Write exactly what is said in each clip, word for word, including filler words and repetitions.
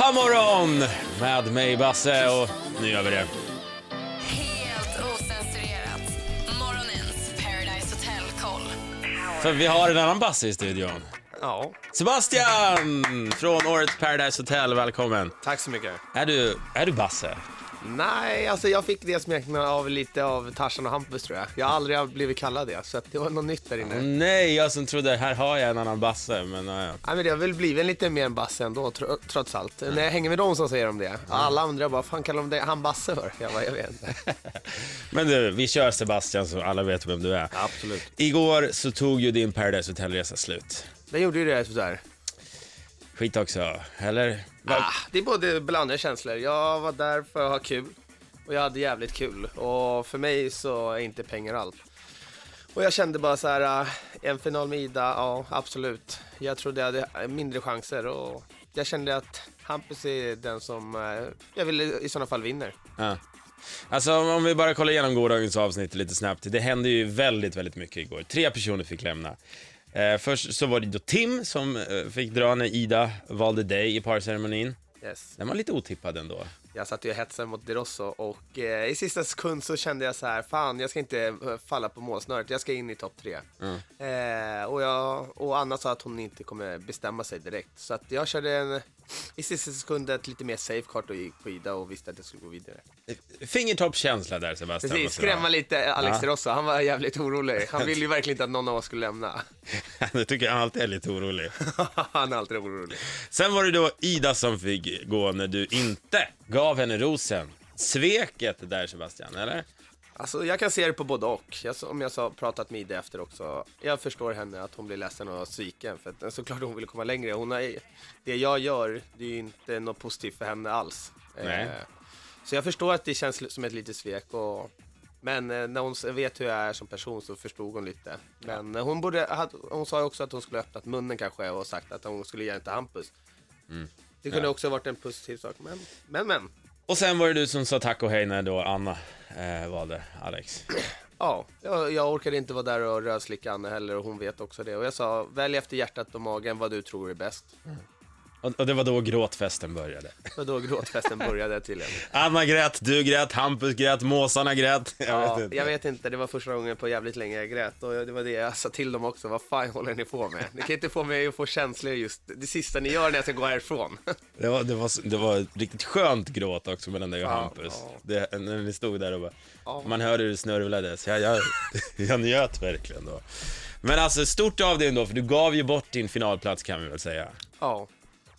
Pamorgon med mig Basse och nu gör vi det. Helt osensurerat. Morgonens Paradise Hotel-koll. För vi har en annan Basse i studion. Ja, Sebastian från årets Paradise Hotel, välkommen. tack så mycket. Är du, är du Basse? Nej, alltså jag fick det smeknamnet av lite av Tarzan och Hampus tror jag. Jag har aldrig blivit kallad det, så att det var något nytt där inne. Mm. Nej, jag som trodde här har jag en annan Basse, men ja. Nej, men det har väl blivit lite mer en Basse ändå, tr- trots allt. När jag hänger med dem så säger de det. Alla andra bara, fan kallar de det han Basse för? Jag bara, jag vet inte. Men du, vi kör Sebastian så alla vet vem du är. Ja, absolut. Igår så tog ju din Paradise Hotel-resa slut. Det gjorde ju det sådär. Skit också, eller? Ah, det är både blandade känslor. Jag var där för att ha kul. Och jag hade jävligt kul. Och för mig så är inte pengar allt. Och jag kände bara så här, äh, en final med Ida, ja absolut. Jag trodde jag hade mindre chanser. Och jag kände att Hampus är den som äh, jag vill i sådana fall vinner. Ja. Alltså om vi bara kollar igenom gårdagens avsnitt lite snabbt. Det hände ju väldigt, väldigt mycket igår. Tre personer fick lämna. Eh, först så var det då Tim som eh, fick dra när Ida valde dig i parceremonin. Yes. Den var lite otippad ändå. Jag satt ju och hetsade mot Derosso och eh, i sista sekund så kände jag så här, fan jag ska inte eh, falla på målsnöret, jag ska in i topp tre. Mm. Eh, och, jag, och Anna sa att hon inte kommer bestämma sig direkt. Så att jag körde en, i sista sekund ett lite mer safe kart och gick på Ida och visste att jag skulle gå vidare. Fingertoppskänsla där, Sebastian. Precis, skrämma lite Alex Ja. Derosso, han var jävligt orolig. Han ville ju verkligen inte att någon av oss skulle lämna. Det tycker jag alltid är lite orolig. Han är alltid orolig. Sen var det då Ida som fick gå när du inte gav henne rosen. Sveket där, Sebastian, eller? Alltså jag kan se det på både och. Jag, om jag har pratat med Ida efter också. Jag förstår henne att hon blir ledsen och sviken. För att, såklart hon vill komma längre. Hon har, det jag gör, det är ju inte något positivt för henne alls. Nej. Eh, så jag förstår att det känns som ett litet svek. Och, men eh, när hon vet hur jag är som person så förstod hon lite. Men eh, hon, borde, hade, hon sa ju också att hon skulle öppnat munnen kanske och sagt att hon skulle ge den till Hampus. Mm. Det kunde Ja. också varit en positiv sak. Men, men, men. Och sen var det du som sa tack och hej när då Anna eh, valde Alex. Ja, jag, jag orkade inte vara där och röslicka Anna heller och hon vet också det. Och jag sa, välj efter hjärtat och magen vad du tror är bäst. Och, och det var då gråtfesten började. Och då gråtfesten började till en. Anna grät, du grät, Hampus grät, måsarna grät. Jag Ja, vet inte. jag vet inte, det var första gången på jävligt länge jag grät. Och det var det jag sa till dem också, vad fan håller ni på med? Ni kan inte få mig att få känslor just det sista ni gör när jag ska gå härifrån. Det var, det, var, det var ett riktigt skönt gråt också mellan dig och Ja, Hampus. ja. Det, när ni stod där och bara, Ja. man hörde hur det snörvlades. Jag, jag, jag njöt verkligen då. Men alltså, stort av dig ändå, för du gav ju bort din finalplats kan vi väl säga. Ja,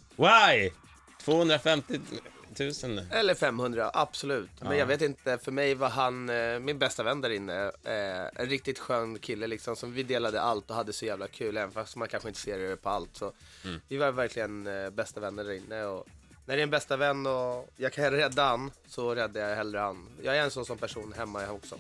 Why? tvåhundrafemtio tusen. eller femhundra, absolut. Men Ja. jag vet inte, för mig var han eh, min bästa vän där inne. Eh, en riktigt skön kille liksom, som vi delade allt och hade så jävla kul. Även fast man kanske inte ser det på allt. Så Mm. vi var verkligen eh, bästa vänner där inne. Och när det är en bästa vän och jag kan rädda han, så räddar jag hellre han. Jag är en sån som person hemma också.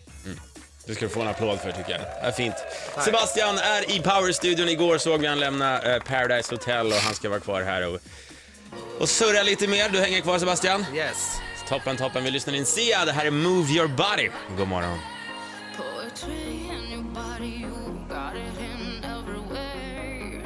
Du ska få en applåd för tycker jag. Det är fint. Tack. Sebastian är i Power-studion. Igår såg vi han lämna eh, Paradise Hotel och han ska vara kvar här och, och surra lite mer. Du hänger kvar, Sebastian. Yes. Toppen, toppen. Vi lyssnar in Sia. Det här är Move Your Body. God morgon. Poetry in your body, you got it in everywhere.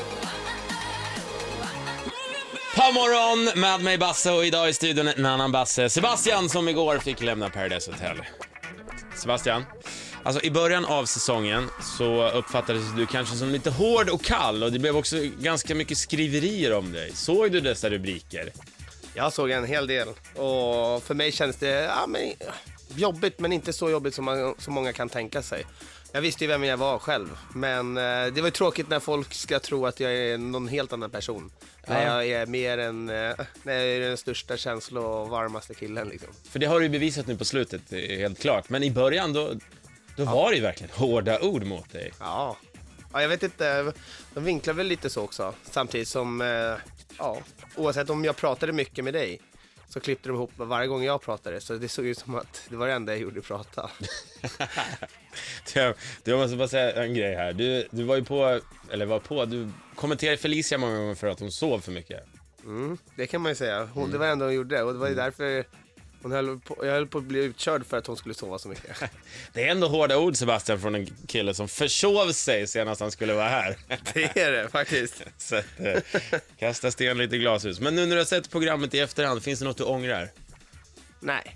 Pa morgon med mig Basse och idag i studion en annan Basse. Sebastian som igår fick lämna Paradise Hotel. Sebastian, alltså i början av säsongen så uppfattades du kanske som lite hård och kall och det blev också ganska mycket skriverier om dig. Såg du dessa rubriker? Jag såg en hel del. Och för mig känns det ja, men, jobbigt, men inte så jobbigt som, man, som många kan tänka sig. Jag visste ju vem jag var själv. Men eh, det var ju tråkigt när folk ska tro att jag är någon helt annan person. Ja. När jag är mer än, eh, när jag är den största känslo- och varmaste killen liksom. För det har du ju bevisat nu på slutet, det är helt klart. Men i början då, då var det ju verkligen hårda ord mot dig. Ja. Ja, jag vet inte. De vinklar väl lite så också. Samtidigt som, eh, ja, oavsett om jag pratade mycket med dig så klippte de ihop varje gång jag pratade. Så det såg ut som att det var det enda jag gjorde, prata. Du, du måste bara säga en grej här. Du, du var ju på, eller var på, du kommenterade Felicia många gånger för att hon sov för mycket. Mm, det kan man ju säga. Hon, Det var det enda hon gjorde och det var ju därför Hon höll på, jag höll på att bli utkörd för att hon skulle sova så mycket. Det är ändå hårda ord, Sebastian, från en kille som försov sig senast han skulle vara här. Det är det faktiskt. Så att, eh, kasta sten lite i glashus. Men nu när du har sett programmet i efterhand, finns det något du ångrar? Nej,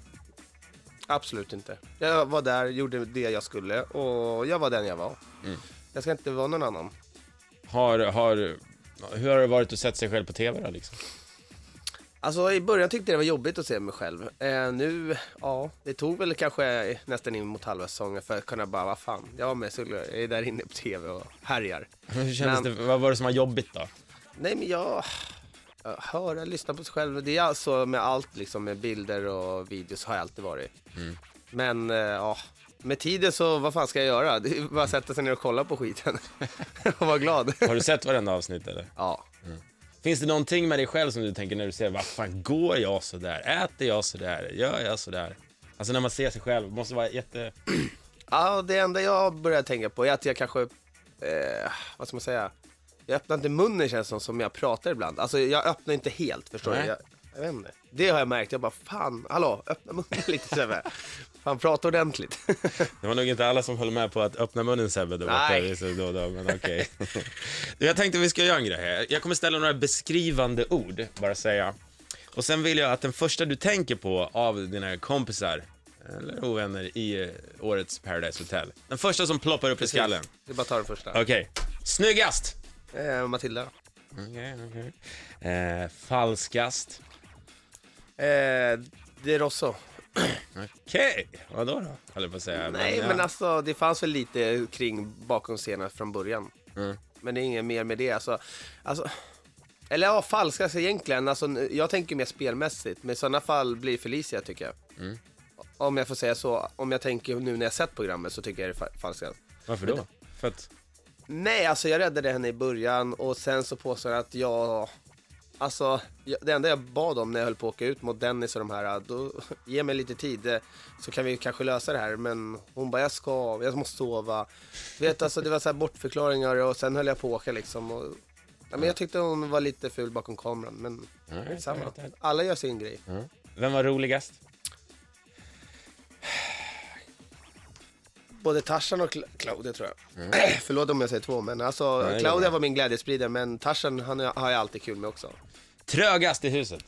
absolut inte. Jag var där, gjorde det jag skulle och jag var den jag var. Mm. Jag ska inte vara någon annan. Har, har, hur har det varit att sätta sig själv på tv då, liksom? Alltså i början tyckte jag det var jobbigt att se mig själv. Eh, nu, ja, det tog väl kanske nästan in mot halva säsongen för att kunna bara, vad fan, jag var med så jag är där inne på tv och härjar. Hur kändes Men- det, vad var det som var jobbigt då? Nej men jag, jag höra, lyssna på sig själv. Det är alltså med allt liksom, med bilder och videos har jag alltid varit. Mm. Men eh, ja, med tiden så, vad fan ska jag göra? Det är bara att sätta sig ner och kolla på skiten och vara glad. Har du sett varenda avsnitt eller? Ja. Finns det någonting med dig själv som du tänker när du ser, vad fan, går jag så där? Äter jag så där? Gör jag så där? Alltså när man ser sig själv, måste vara jätte... Ja, det enda jag börjar tänka på är att jag kanske, eh, vad ska man säga, jag öppnar inte munnen känns som, som jag pratar ibland. Alltså jag öppnar inte helt, förstår Nej. du? Jag, jag vet inte. Det har jag märkt, jag bara, fan, hallå, öppna munnen lite Sebbe. Fan, prata ordentligt. Det var nog inte alla som höll med på att öppna munnen, Sebbe, då, Nej. så då, då, men okej. Du, jag tänkte att vi ska göra en grej här. Jag kommer ställa några beskrivande ord, bara säga. Och sen vill jag att den första du tänker på av dina kompisar eller ovänner i eh, årets Paradise Hotel, den första som ploppar upp i skallen. Det är bara att ta den första. Okej. Snyggast. Eh, Matilda. Okej, okej. Eh, falskast. Eh, det är Rosso. Okej, vad då då? Håller på att säga. Nej, ja. men alltså det fanns väl lite kring bakom scenen från början. Mm. Men det är inget mer med det. Alltså, alltså, eller ja, falskast egentligen. Alltså, jag tänker mer spelmässigt. Men i sådana fall blir Felicia, tycker jag. Mm. Om jag får säga så. Om jag tänker nu när jag sett programmet så tycker jag det är fa- falskast. Varför då? För att... Nej, alltså jag räddade henne i början. Och sen så påstår jag att jag... Alltså, jag- det enda jag bad om när jag höll på att åka ut mot Dennis och de här, då ge mig lite tid eh, så kan vi kanske lösa det här. Men hon bara, jag ska, jag måste sova. Du vet, alltså det var så här bortförklaringar och sen höll jag på att åka liksom. Och, ja, men jag tyckte hon var lite ful bakom kameran, men Nej, samma. jag vet inte. Alla gör sin grej. Ja. Vem var roligast? Både Tarzan och Cla- Claudia tror jag. Förlåt om jag säger två, men alltså Nej, det är Claudia bra. var min glädjespridare, men Tarzan han är- har jag alltid kul med också. Trögast i huset?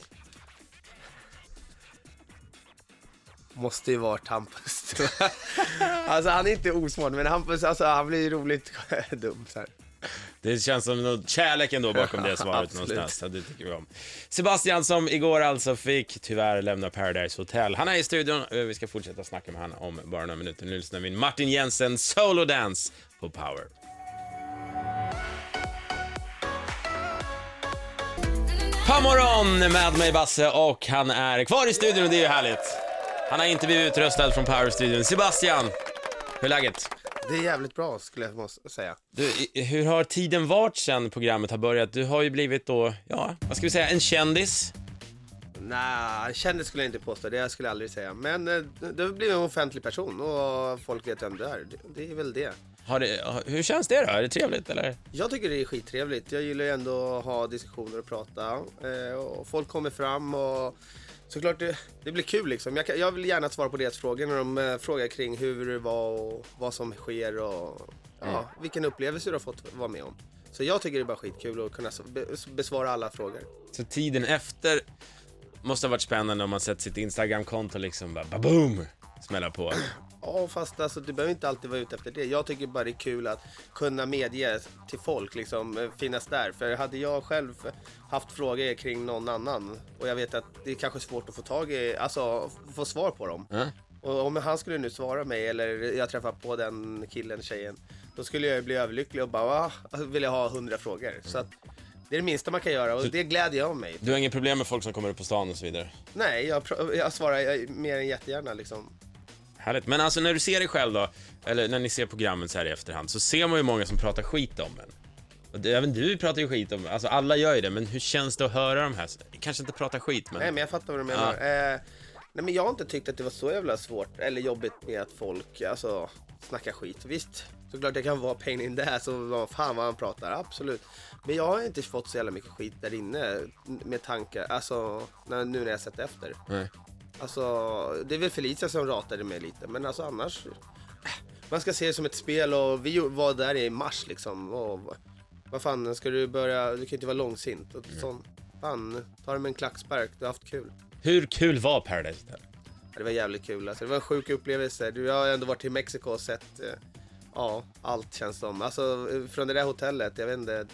Måste ju vara Hampus. Alltså han är inte osmart, men Hampus, alltså, han blir ju roligt dum så här. Det känns som något kärlek ändå bakom det svaret Absolut. någonstans. Så det tycker vi om. Sebastian, som igår alltså fick tyvärr lämna Paradise Hotel. Han är i studion. Vi ska fortsätta snacka med honom om bara några minuter. Nu lyssnar vi in Martin Jensen, Solo Dance på Power. Pamorgon med mig, Basse, och han är kvar i studion och det är ju härligt. Han har inte blivit utröstad från Power-studion. Sebastian, hur är läget? Det är jävligt bra skulle jag måste säga. Du, i- hur har tiden varit sedan programmet har börjat? Du har ju blivit då, ja, vad ska vi säga, en kändis. Nej, kändis skulle jag inte påstå, det skulle jag aldrig säga. Men eh, det blir en offentlig person och folk vet vem du är. Det, det är väl det. Har det, hur känns det då? Är det trevligt eller? Jag tycker det är skittrevligt. Jag gillar ju ändå att ha diskussioner och prata. Eh, och folk kommer fram och såklart det, det blir kul liksom. Jag, kan- jag vill gärna svara på deras frågor när de eh, frågar kring hur det var och vad som sker och ja, Mm. vilken upplevelse du har fått vara med om. Så jag tycker det är bara skitkul att kunna s- be- besvara alla frågor. Så tiden efter måste ha varit spännande om man sett sitt Instagram-konto liksom bara boom, smälla på. Ja, fast alltså, du behöver inte alltid vara ute efter det. Jag tycker bara det är kul att kunna medge till folk, liksom, eh, finnas där. För hade jag själv haft frågor kring någon annan och jag vet att det är kanske svårt att få tag i, alltså få svar på dem. Ja. Och om han skulle nu svara mig eller jag träffar på den killen, tjejen, då skulle jag bli överlycklig och bara, va? Vill jag ha hundra frågor. Så att det är det minsta man kan göra och det glädjer jag mig. Du har inget problem med folk som kommer upp på stan och så vidare? Nej, jag, pr- jag svarar mer än jättegärna liksom. Härligt. Men alltså när du ser dig själv då, eller när ni ser programmet så här i efterhand, så ser man ju många som pratar skit om en. Och det, även du pratar ju skit om, alltså alla gör ju det, men hur känns det att höra de här? Kanske inte prata skit, men... Nej, men jag fattar vad du menar. Eh, nej, men jag har inte tyckt att det var så jävla svårt eller jobbigt med att folk alltså, snackar skit. Visst, såklart det kan vara pain in the ass och vad fan vad han pratar, absolut. Men jag har inte fått så jävla mycket skit där inne med tankar, alltså när, nu när jag sett efter. Nej. Alltså, det är väl Felicia som ratade mig lite, men alltså annars... Man ska se det som ett spel och vi var där i mars liksom. Och vad fan, ska du börja... Du kan inte vara långsint. Och sån, fan, ta det med en klackspark, du har haft kul. Hur kul var Paradise Hotel? Ja, det var jävligt kul, alltså, det var en sjuk upplevelse. Du, jag har ändå varit i Mexiko och sett... Eh, ja, allt känns som. Alltså, från det där hotellet, jag vet inte...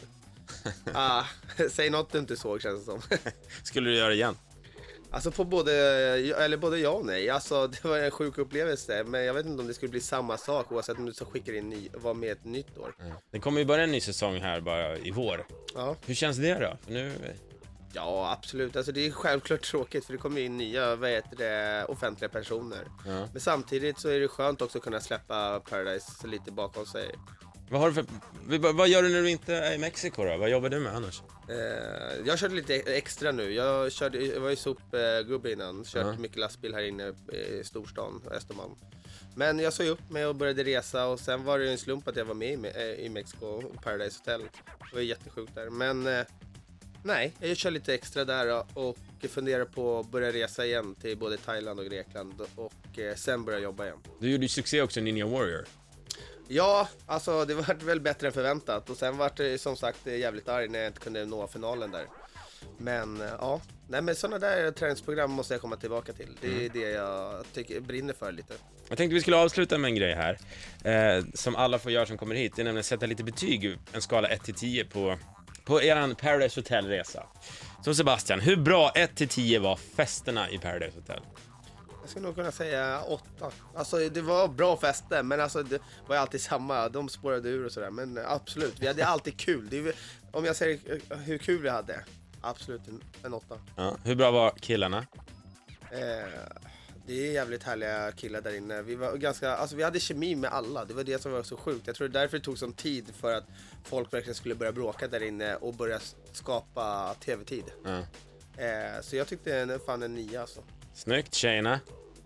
ah, säg något du inte såg, känns det som. Skulle du göra det igen? Alltså på både, eller både ja och nej. Alltså det var en sjuk upplevelse. Men jag vet inte om det skulle bli samma sak oavsett om du så skickar in ny, var med ett nytt år. Mm. Det kommer ju börja en ny säsong här bara i vår. Ja. Hur känns det då? För nu... Ja, absolut. Alltså det är självklart tråkigt för det kommer in nya, vad heter det, offentliga personer. Ja. Men samtidigt så är det skönt också att kunna släppa Paradise lite bakom sig. Vad, har du för... vad gör du när du inte är i Mexiko då? Vad jobbar du med annars? Eh, jag körde lite extra nu. Jag, körde, jag var ju sopgubbe innan. Kört Ja. mycket lastbil här inne i storstan, Östermalm. Men jag sa ju upp mig och började resa. Och sen var det en slump att jag var med i, i Mexiko, Paradise Hotel. Det var jättesjukt där. Men eh, nej, jag kör lite extra där. Och funderar på att börja resa igen till både Thailand och Grekland. Och eh, sen börja jobba igen. Du gjorde ju succé också i Ninja Warrior. Ja, alltså det var väl bättre än förväntat. Och sen var det som sagt jävligt arg när jag inte kunde nå finalen där. Men ja, nej men sådana där träningsprogram måste jag komma tillbaka till. Det är mm. det jag tycker brinner för lite. Jag tänkte vi skulle avsluta med en grej här. Eh, som alla får göra som kommer hit. Det är nämligen att sätta lite betyg, en skala ett till tio på, på eran Paradise Hotel-resa. Så Sebastian, hur bra ett till tio var festerna i Paradise Hotel? Jag skulle nog kunna säga åtta. Alltså det var bra fester, men alltså det var ju alltid samma. De spårade ur och sådär. Men absolut, vi hade alltid kul. Det är, om jag säger hur kul vi hade, absolut en, en åtta. Ja, hur bra var killarna? Eh, det är jävligt härliga killar där inne. Vi var ganska, alltså vi hade kemi med alla. Det var det som var så sjukt. Jag tror det därför det tog sån tid för att folk verkligen skulle börja bråka där inne och börja skapa tv-tid. Ja. Eh, så jag tyckte en, fan en nia alltså. Snyggt, tjejerna.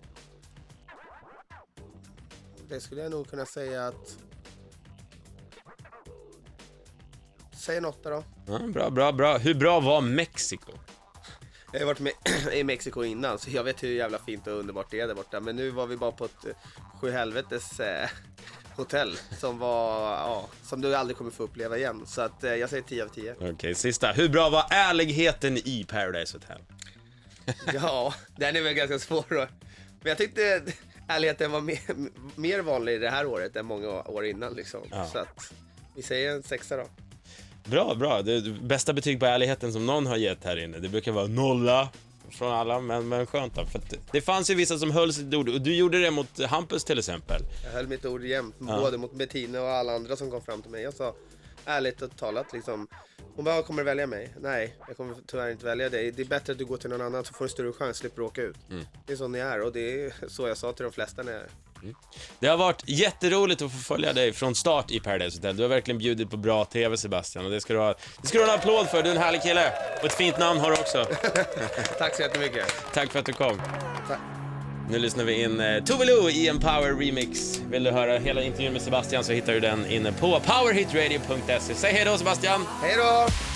Det skulle jag nog kunna säga att... Säg en åtta då. Ja, bra, bra, bra. Hur bra var Mexiko? Jag har varit med i Mexiko innan, så jag vet hur jävla fint och underbart det är där borta. Men nu var vi bara på ett sju helvetes eh, hotell som var, ja, som du aldrig kommer få uppleva igen. Så att eh, jag säger tio av tio. Okej, okay, sista. Hur bra var ärligheten i Paradise Hotel? Ja, den är väl ganska svår då. Men jag tyckte ärligheten var mer, mer vanlig det här året än många år innan liksom. Ja. Så att vi säger en sexa då. Bra, bra. Det bästa betyg på ärligheten som någon har gett här inne. Det brukar vara nolla från alla, men, men skönt då. För att det fanns ju vissa som höll sitt ord. Och du gjorde det mot Hampus till exempel. Jag höll mitt ord jämt, ja. Både mot Bettina och alla andra som kom fram till mig. Jag sa ärligt och talat liksom. Hon bara, kommer du välja mig? Nej, jag kommer tyvärr inte välja dig. Det är bättre att du går till någon annan så får du större chans, slipper åka ut. Mm. Det är så ni är och det är så jag sa till de flesta när jag är. Mm. Det har varit jätteroligt att få följa dig från start i Paradise Hotel. Du har verkligen bjudit på bra tv, Sebastian. Och det ska du ha, det ska du ha en applåd för. Du är en härlig kille. Och ett fint namn har du också. Tack så jättemycket. Tack för att du kom. Tack. Nu lyssnar vi in eh, Tove Lo i en Power Remix. Vill du höra hela intervjun med Sebastian så hittar du den inne på powerhitradio punkt se. Säg hej då, Sebastian. Hej då.